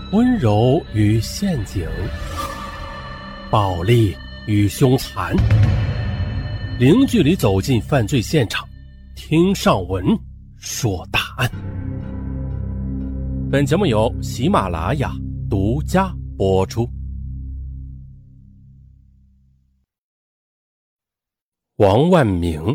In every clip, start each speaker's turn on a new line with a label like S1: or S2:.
S1: 温柔与陷阱，暴力与凶残，零距离走进犯罪现场，听上文说大案。本节目由喜马拉雅独家播出。王万明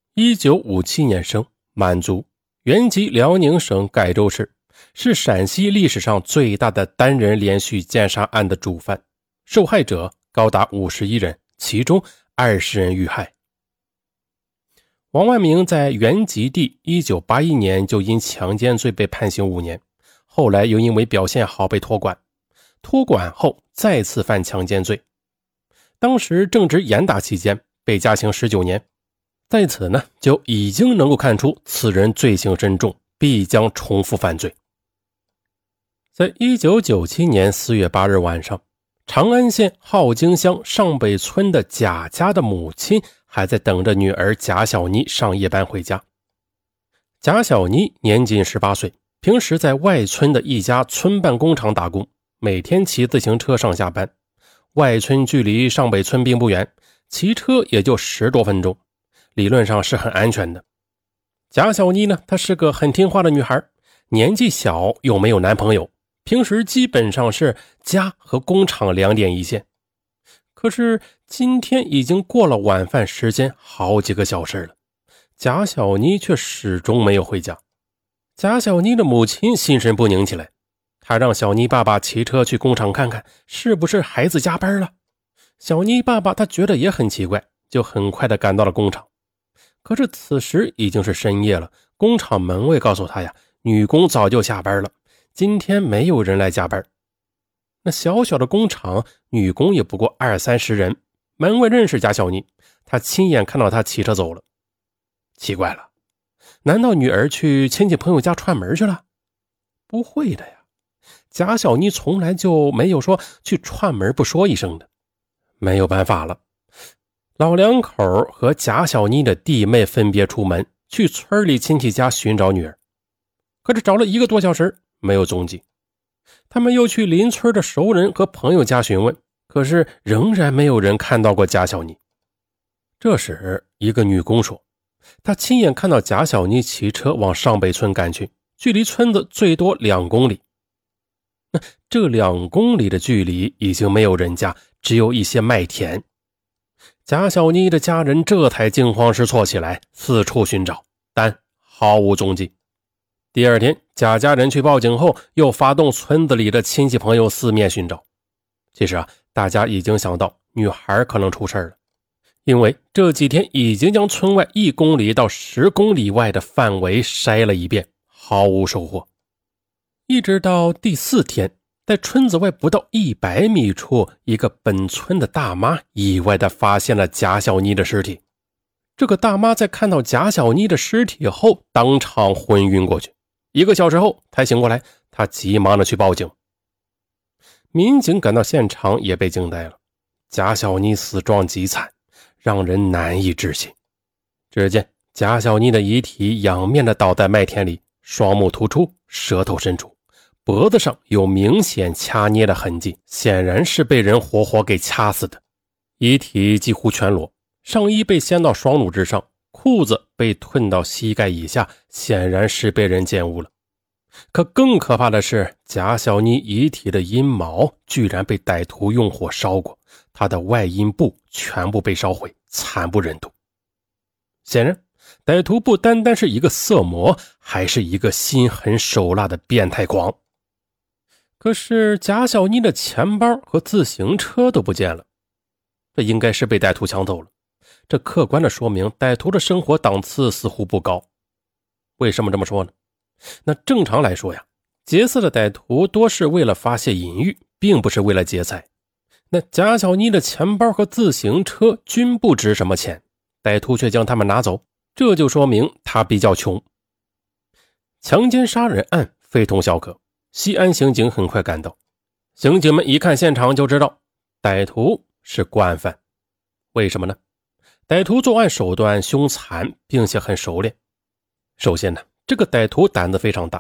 S1: 1957年生，满族，原籍辽宁省盖州市，是陕西历史上最大的单人连续奸杀案的主犯，受害者高达51人，其中20人遇害。王万明在原籍地1981年就因强奸罪被判刑5年，后来又因为表现好被托管，托管后再次犯强奸罪，当时正值严打期间，被加刑19年。在此呢，就已经能够看出此人罪行深重，必将重复犯罪。在1997年4月8日晚上，长安县镐京乡上北村的贾家的母亲还在等着女儿贾小妮上夜班回家。贾小妮年仅18岁，平时在外村的一家村办工厂打工，每天骑自行车上下班。外村距离上北村并不远，骑车也就10多分钟，理论上是很安全的。贾小妮呢，她是个很听话的女孩，年纪小又没有男朋友，平时基本上是家和工厂2点一线。可是今天已经过了晚饭时间好几个小时了，贾小妮却始终没有回家。贾小妮的母亲心神不宁起来，她让小妮爸爸骑车去工厂看看是不是孩子加班了。小妮爸爸他觉得也很奇怪，就很快的赶到了工厂。可是此时已经是深夜了，工厂门卫告诉他呀，女工早就下班了，今天没有人来加班。那小小的工厂，女工也不过20-30人，门卫认识贾小妮，他亲眼看到她骑车走了。奇怪了，难道女儿去亲戚朋友家串门去了？不会的呀，贾小妮从来就没有说去串门不说一声的。没有办法了，老两口和贾小妮的弟妹分别出门，去村里亲戚家寻找女儿。可是找了1个多小时，没有踪迹。他们又去邻村的熟人和朋友家询问，可是仍然没有人看到过贾小妮。这时一个女工说，她亲眼看到贾小妮骑车往上北村赶去，距离村子最多2公里。那这2公里的距离已经没有人家，只有一些麦田。贾小妮的家人这才惊慌失措起来，四处寻找，但毫无踪迹。第二天，贾家人去报警后，又发动村子里的亲戚朋友四面寻找。其实大家已经想到女孩可能出事了，因为这几天已经将村外1公里到10公里外的范围筛了一遍，毫无收获。一直到第4天，在村子外不到100米处，一个本村的大妈意外地发现了贾小妮的尸体。这个大妈在看到贾小妮的尸体后，当场昏晕过去。1个小时后才醒过来，她急忙地去报警。民警赶到现场也被惊呆了，贾小妮死状极惨，让人难以置信。只见贾小妮的遗体仰面地倒在麦田里，双目突出，舌头伸出，脖子上有明显掐捏的痕迹，显然是被人活活给掐死的。遗体几乎全裸，上衣被掀到双乳之上，裤子被褪到膝盖以下，显然是被人奸污了。可更可怕的是，贾小妮遗体的阴毛居然被歹徒用火烧过，她的外阴部全部被烧毁，惨不忍睹。显然歹徒不单单是一个色魔，还是一个心狠手辣的变态狂。可是贾小妮的钱包和自行车都不见了，这应该是被歹徒抢走了。这客观的说明歹徒的生活档次似乎不高。为什么这么说呢？那正常来说呀，劫色的歹徒多是为了发泄淫欲，并不是为了劫财。那贾小妮的钱包和自行车均不值什么钱，歹徒却将他们拿走，这就说明他比较穷。强奸杀人案非同小可，西安刑警很快赶到。刑警们一看现场就知道，歹徒是惯犯。为什么呢？歹徒作案手段凶残，并且很熟练。首先呢，这个歹徒胆子非常大，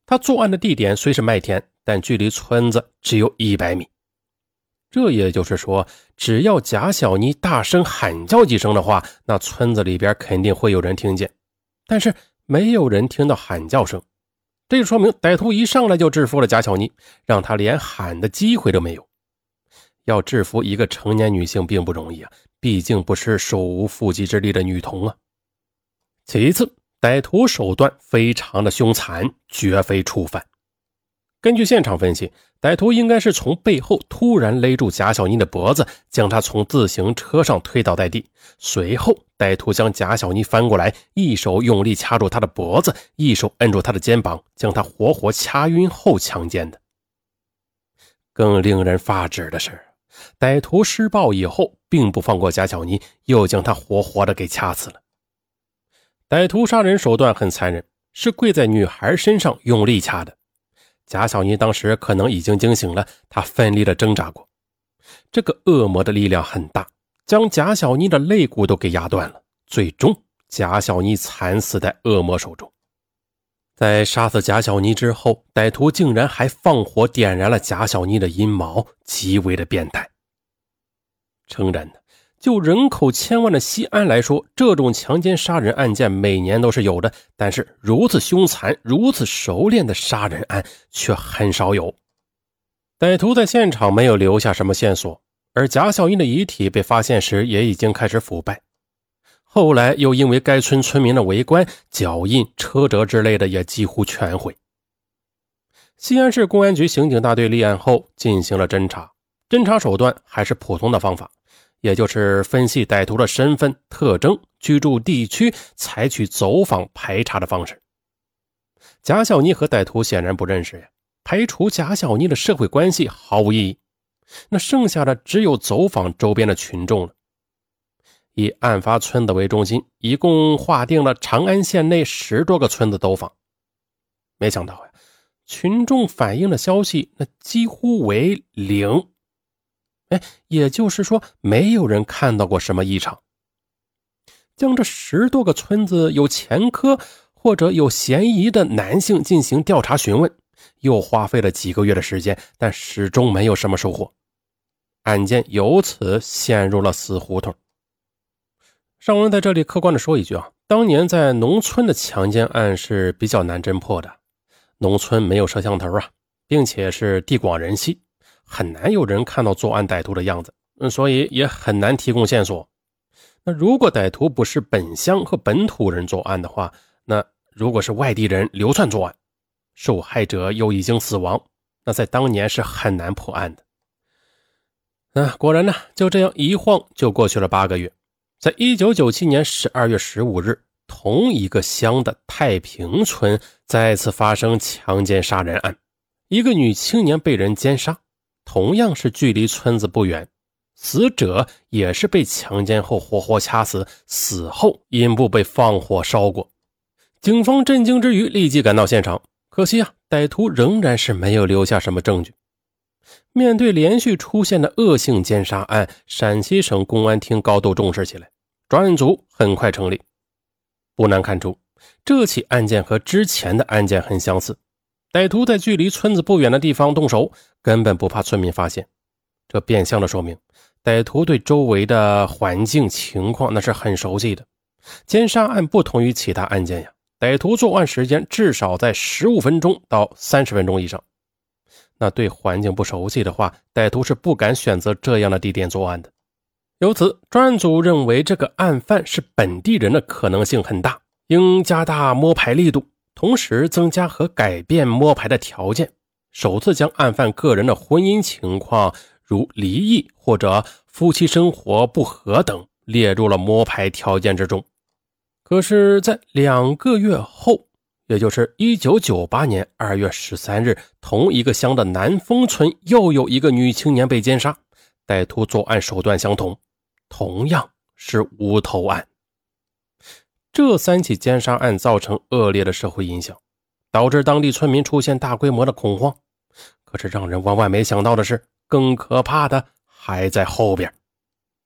S1: 他作案的地点虽是麦田，但距离村子只有100米。这也就是说，只要贾小妮大声喊叫几声的话，那村子里边肯定会有人听见。但是没有人听到喊叫声，这就说明歹徒一上来就制服了贾小妮，让她连喊的机会都没有。要制服一个成年女性并不容易啊，毕竟不是手无缚鸡之力的女童啊。其次，歹徒手段非常的凶残，绝非初犯。根据现场分析，歹徒应该是从背后突然勒住贾小妮的脖子，将她从自行车上推倒在地，随后歹徒将贾小妮翻过来，一手用力掐住她的脖子，一手摁住她的肩膀，将她活活掐晕后强奸的。更令人发指的是，歹徒施暴以后并不放过贾小妮，又将她活活的给掐死了。歹徒杀人手段很残忍，是跪在女孩身上用力掐的。贾小妮当时可能已经惊醒了，她奋力的挣扎过。这个恶魔的力量很大，将贾小妮的肋骨都给压断了，最终贾小妮惨死在恶魔手中。在杀死贾小妮之后，歹徒竟然还放火点燃了贾小妮的阴毛，极为的变态。诚然的，就人口千万的西安来说，这种强奸杀人案件每年都是有的，但是如此凶残、如此熟练的杀人案却很少有。歹徒在现场没有留下什么线索，而贾小妮的遗体被发现时也已经开始腐败。后来又因为该村村民的围观，脚印、车辙之类的也几乎全毁。西安市公安局刑警大队立案后进行了侦查，侦查手段还是普通的方法，也就是分析歹徒的身份、特征、居住地区，采取走访排查的方式。贾小妮和歹徒显然不认识呀，排除贾小妮的社会关系毫无意义，那剩下的只有走访周边的群众了。以案发村子为中心，一共划定了长安县内10多个村子走访。没想到呀，群众反映的消息那几乎为0。也就是说，没有人看到过什么异常。将这10多个村子有前科或者有嫌疑的男性进行调查询问，又花费了几个月的时间，但始终没有什么收获。案件由此陷入了死胡同。上文在这里客观的说一句啊，当年在农村的强奸案是比较难侦破的，农村没有摄像头啊，并且是地广人稀，很难有人看到作案歹徒的样子，所以也很难提供线索。那如果歹徒不是本乡和本土人作案的话，那如果是外地人流窜作案，受害者又已经死亡，那在当年是很难破案的。果然呢，就这样一晃就过去了8个月。在1997年12月15日，同一个乡的太平村再次发生强奸杀人案，一个女青年被人奸杀，同样是距离村子不远，死者也是被强奸后活活掐死，死后阴部被放火烧过。警方震惊之余立即赶到现场，可惜歹徒仍然是没有留下什么证据。面对连续出现的恶性奸杀案，陕西省公安厅高度重视起来，专案组很快成立。不难看出，这起案件和之前的案件很相似，歹徒在距离村子不远的地方动手，根本不怕村民发现。这变相的说明，歹徒对周围的环境情况那是很熟悉的。奸杀案不同于其他案件呀，歹徒作案时间至少在15分钟到30分钟以上。那对环境不熟悉的话，歹徒是不敢选择这样的地点作案的。由此，专案组认为这个案犯是本地人的可能性很大，应加大摸排力度，同时增加和改变摸排的条件，首次将案犯个人的婚姻情况，如离异或者夫妻生活不和等列入了摸排条件之中。可是在2个月后，也就是1998年2月13日，同一个乡的南丰村又有一个女青年被奸杀，歹徒作案手段相同，同样是无头案。这3起奸杀案造成恶劣的社会影响，导致当地村民出现大规模的恐慌。可是让人万万没想到的是，更可怕的还在后边。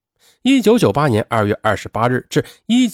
S1: 1998年2月28日至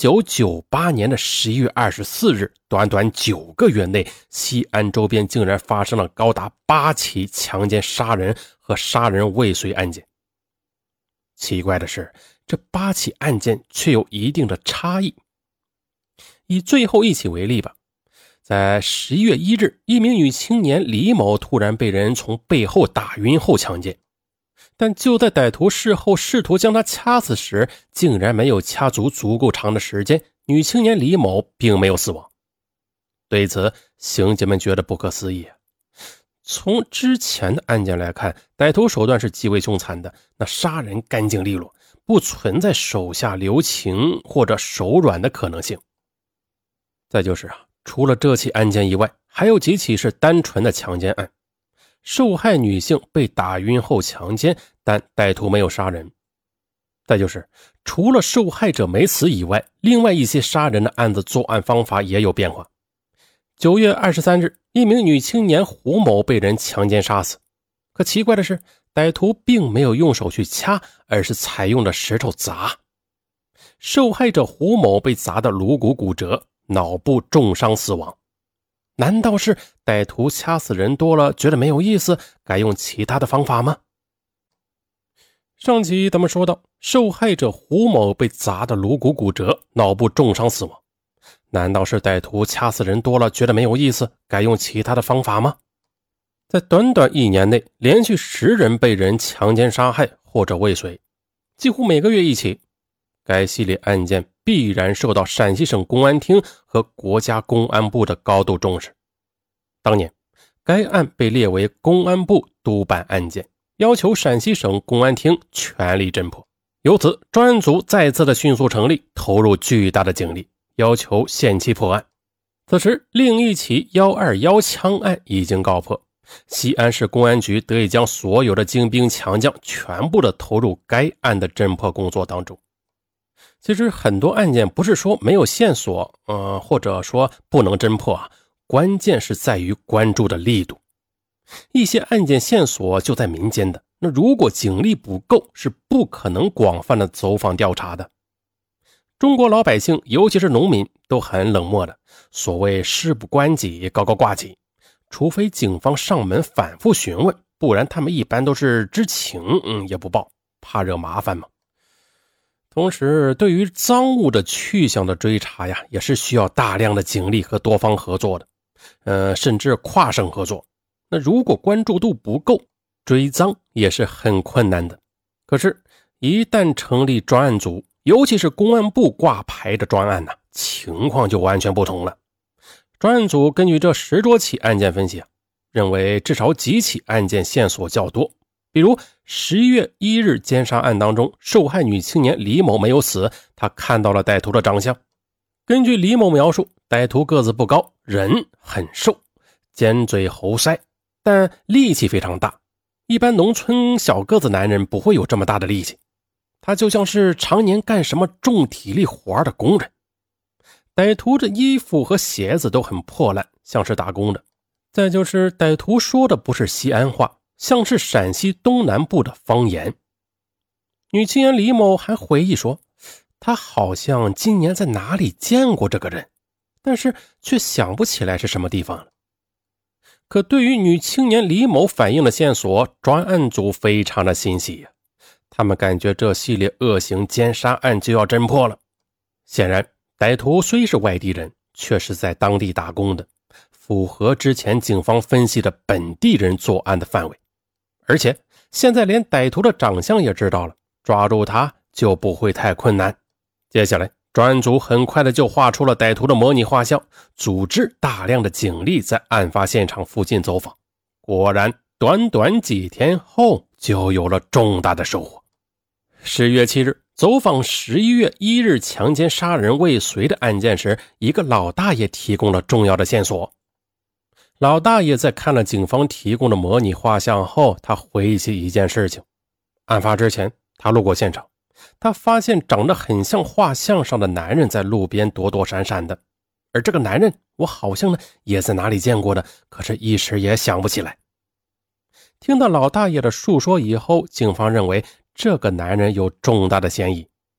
S1: 1998年的11月24日，短短9个月内，西安周边竟然发生了高达8起强奸杀人和杀人未遂案件。奇怪的是，这8起案件却有一定的差异。以最后一起为例吧，在11月1日，一名女青年李某突然被人从背后打晕后强奸，但就在歹徒事后试图将她掐死时，竟然没有掐足够长的时间，女青年李某并没有死亡。对此，刑警们觉得不可思议。从之前的案件来看，歹徒手段是极为凶残的，那杀人干净利落，不存在手下留情或者手软的可能性。再就是除了这起案件以外，还有几起是单纯的强奸案，受害女性被打晕后强奸，但歹徒没有杀人。再就是除了受害者没死以外，另外一些杀人的案子作案方法也有变化。9月23日，一名女青年胡某被人强奸杀死，可奇怪的是，歹徒并没有用手去掐，而是采用了石头砸。受害者胡某被砸得颅骨骨折，脑部重伤死亡。难道是歹徒掐死人多了，觉得没有意思，改用其他的方法吗？上集咱们说到，受害者胡某被砸得颅骨骨折，脑部重伤死亡。难道是歹徒掐死人多了，觉得没有意思，改用其他的方法吗？在短短1年内，连续10人被人强奸杀害或者未遂，几乎每个月一起。该系列案件必然受到陕西省公安厅和国家公安部的高度重视。当年，该案被列为公安部督办案件，要求陕西省公安厅全力侦破。由此，专案组再次的迅速成立，投入巨大的警力，要求限期破案。此时，另一起121枪案已经告破，西安市公安局得以将所有的精兵强将全部的投入该案的侦破工作当中。其实很多案件不是说没有线索，或者说不能侦破关键是在于关注的力度。一些案件线索就在民间的，那如果警力不够，是不可能广泛的走访调查的。中国老百姓，尤其是农民，都很冷漠的，所谓事不关己，高高挂起，除非警方上门反复询问，不然他们一般都是知情也不报，怕惹麻烦嘛。同时，对于赃物的去向的追查也是需要大量的警力和多方合作的，甚至跨省合作。那如果关注度不够，追赃也是很困难的。可是，一旦成立专案组，尤其是公安部挂牌的专案情况就完全不同了。专案组根据这10多起案件分析认为至少几起案件线索较多。比如11月1日奸杀案当中，受害女青年李某没有死，她看到了歹徒的长相。根据李某描述，歹徒个子不高，人很瘦，尖嘴猴腮，但力气非常大，一般农村小个子男人不会有这么大的力气。他就像是常年干什么重体力活的工人。歹徒的衣服和鞋子都很破烂，像是打工的。再就是歹徒说的不是西安话，像是陕西东南部的方言。女青年李某还回忆说，她好像今年在哪里见过这个人，但是却想不起来是什么地方了。可对于女青年李某反映的线索，专案组非常的欣喜他们感觉这系列恶行奸杀案就要侦破了。显然，歹徒虽是外地人，却是在当地打工的，符合之前警方分析的本地人作案的范围。而且现在连歹徒的长相也知道了，抓住他就不会太困难。接下来专案组很快的就画出了歹徒的模拟画像，组织大量的警力在案发现场附近走访。果然短短几天后就有了重大的收获。10月7日走访11月1日强奸杀人未遂的案件时，一个老大爷提供了重要的线索。老大爷在看了警方提供的模拟画像后，他回忆起一件事情。案发之前他路过现场，他发现长得很像画像上的男人在路边躲躲闪闪的，而这个男人我好像也在哪里见过的，可是一时也想不起来。听到老大爷的述说以后，警方认为这个男人有重大的嫌疑，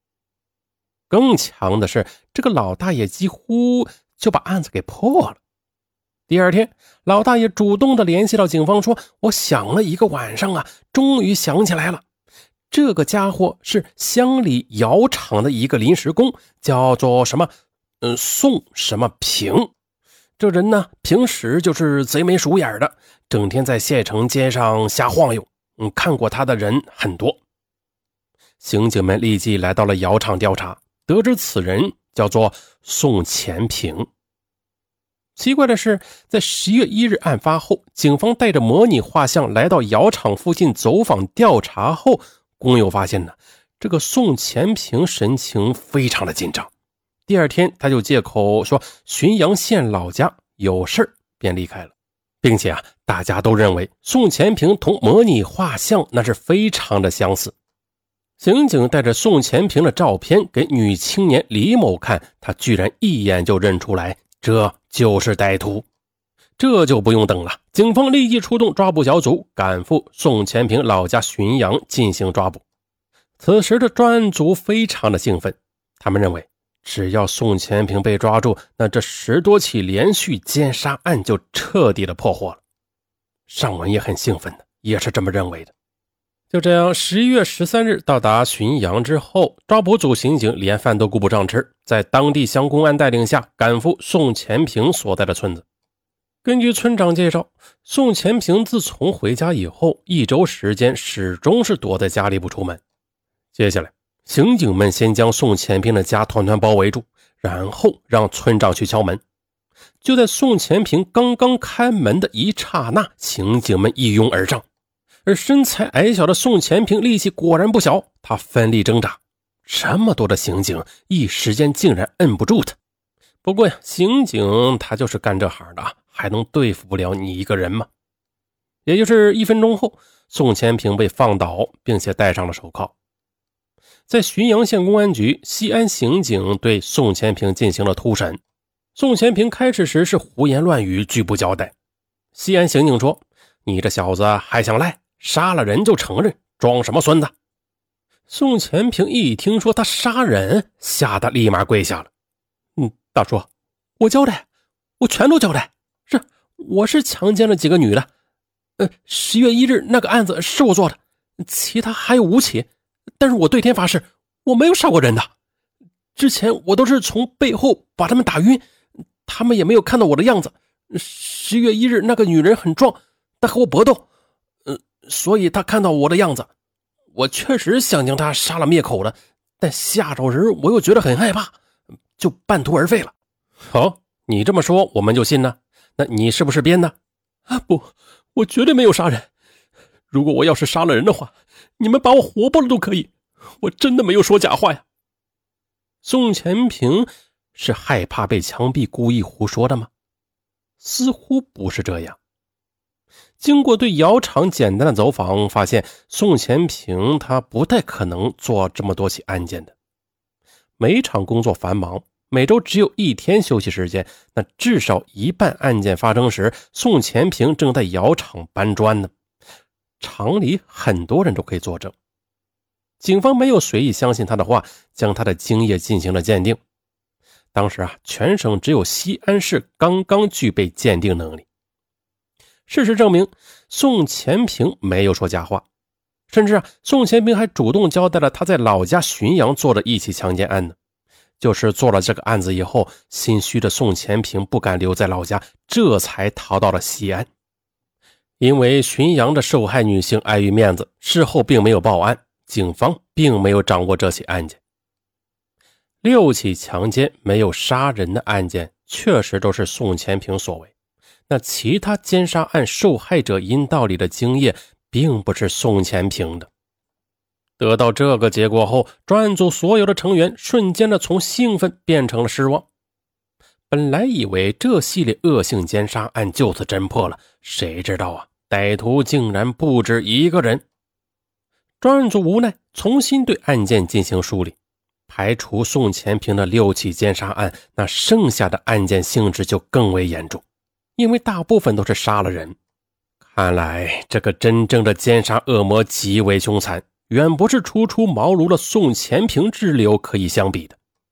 S1: 更强的是，这个老大爷几乎就把案子给破了。第二天，老大爷主动的联系到警方说，我想了一个晚上啊，终于想起来了。这个家伙是乡里窑厂的一个临时工，叫做什么宋什么平。这人呢，平时就是贼眉鼠眼的，整天在县城街上瞎晃悠。看过他的人很多。刑警们立即来到了窑厂调查，得知此人叫做宋前平。奇怪的是，在10月1日案发后，警方带着模拟画像来到窑厂附近走访调查后，工友发现呢，这个宋前平神情非常的紧张。第二天他就借口说浔阳县老家有事便离开了，并且大家都认为宋前平同模拟画像那是非常的相似。刑警带着宋前平的照片给女青年李某看，他居然一眼就认出来，这就是歹徒。这就不用等了，警方立即出动抓捕小组，赶赴宋前平老家浔阳进行抓捕。此时的专案组非常的兴奋，他们认为只要宋前平被抓住，那这10多起连续奸杀案就彻底的破获了。尚文也很兴奋的，也是这么认为的。就这样，11月13日到达浔阳之后，抓捕组刑警连饭都顾不上吃，在当地乡公安带领下赶赴宋前平所在的村子。根据村长介绍，宋前平自从回家以后1周时间始终是躲在家里不出门。接下来刑警们先将宋前平的家团团包围住，然后让村长去敲门。就在宋前平刚刚开门的一刹那，刑警们一拥而上，而身材矮小的宋前平力气果然不小，他奋力挣扎，这么多的刑警一时间竟然摁不住他。不过呀，刑警他就是干这行的，还能对付不了你一个人吗？也就是1分钟后，宋前平被放倒，并且戴上了手铐。在浔阳县公安局，西安刑警对宋前平进行了突审。宋前平开始时是胡言乱语，拒不交代。西安刑警说，你这小子还想赖，杀了人就承认，装什么孙子？宋前平一听说他杀人，吓得立马跪下了。大叔，我交代，我全都交代，我是强奸了几个女的，10月1日那个案子是我做的，其他还有5起，但是我对天发誓，我没有杀过人的。之前我都是从背后把他们打晕，他们也没有看到我的样子。10月1日那个女人很壮，她和我搏斗，所以她看到我的样子。我确实想将她杀了灭口了，但下手时我又觉得很害怕，就半途而废了。好，你这么说我们就信了。那你是不是编的？不，我绝对没有杀人。如果我要是杀了人的话，你们把我活剥了都可以，我真的没有说假话呀。宋前平是害怕被枪毙故意胡说的吗？似乎不是这样。经过对窑厂简单的走访，发现宋前平他不太可能做这么多起案件的。每场工作繁忙，每周只有1天休息时间，那至少一半案件发生时，宋前平正在窑厂搬砖呢。厂里很多人都可以作证。警方没有随意相信他的话，将他的精液进行了鉴定。当时全省只有西安市刚刚具备鉴定能力。事实证明，宋前平没有说假话，甚至宋前平还主动交代了他在老家浔阳做的一起强奸案呢。就是做了这个案子以后，心虚的宋前平不敢留在老家，这才逃到了西安。因为浔阳的受害女性碍于面子，事后并没有报案，警方并没有掌握这起案件。6起强奸没有杀人的案件确实都是宋前平所为，那其他奸杀案受害者阴道里的精液并不是宋前平的。得到这个结果后，专案组所有的成员瞬间的从兴奋变成了失望。本来以为这系列恶性奸杀案就此侦破了，谁知道歹徒竟然不止一个人。专案组无奈，重新对案件进行梳理，排除宋前平的6起奸杀案，那剩下的案件性质就更为严重，因为大部分都是杀了人。看来这个真正的奸杀恶魔极为凶残，远不是初出茅庐的宋前平之流可以相比的。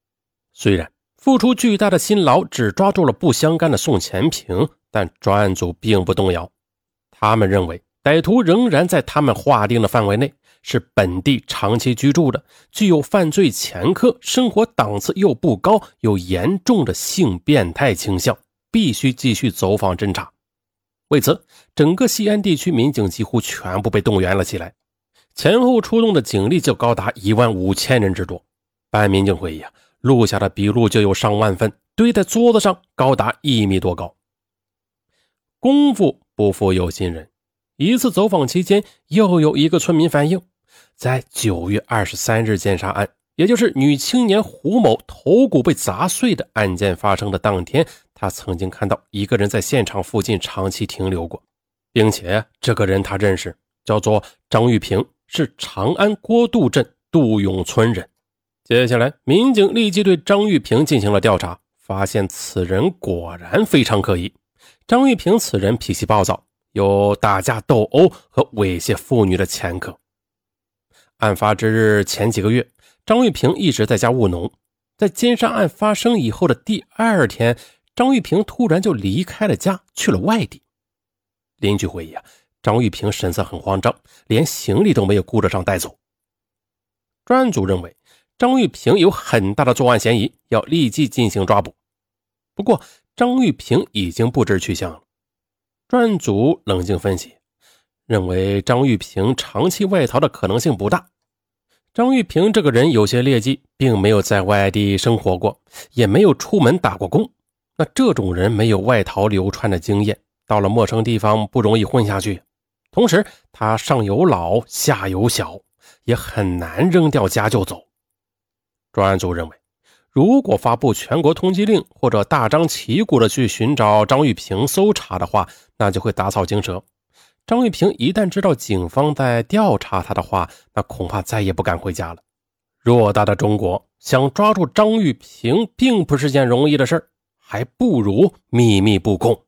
S1: 虽然付出巨大的辛劳只抓住了不相干的宋前平，但专案组并不动摇。他们认为歹徒仍然在他们划定的范围内，是本地长期居住的，具有犯罪前科，生活档次又不高，有严重的性变态倾向，必须继续走访侦查。为此，整个西安地区民警几乎全部被动员了起来，前后出动的警力就高达15000人之多。办民警会议录下的笔录就有上万份，堆在桌子上高达1米多高。功夫不负有心人，一次走访期间，又有一个村民反映，在9月23日奸杀案，也就是女青年胡某头骨被砸碎的案件发生的当天，他曾经看到一个人在现场附近长期停留过，并且这个人他认识，叫做张玉平，是长安郭渡镇杜永村人。接下来民警立即对张玉平进行了调查，发现此人果然非常可疑。张玉平此人脾气暴躁，有打架斗殴和猥亵妇女的前科。案发之日前几个月，张玉平一直在家务农，在奸杀案发生以后的第2天，张玉平突然就离开了家，去了外地。邻居回忆张玉平神色很慌张，连行李都没有顾得上带走。专案组认为张玉平有很大的作案嫌疑，要立即进行抓捕。不过张玉平已经不知去向了。专案组冷静分析，认为张玉平长期外逃的可能性不大。张玉平这个人有些劣迹，并没有在外地生活过，也没有出门打过工。那这种人没有外逃流窜的经验，到了陌生地方不容易混下去。同时他上有老下有小，也很难扔掉家就走。专案组认为，如果发布全国通缉令或者大张旗鼓的去寻找张玉平搜查的话，那就会打草惊蛇。张玉平一旦知道警方在调查他的话，那恐怕再也不敢回家了。偌大的中国，想抓住张玉平并不是件容易的事儿，还不如秘密布控。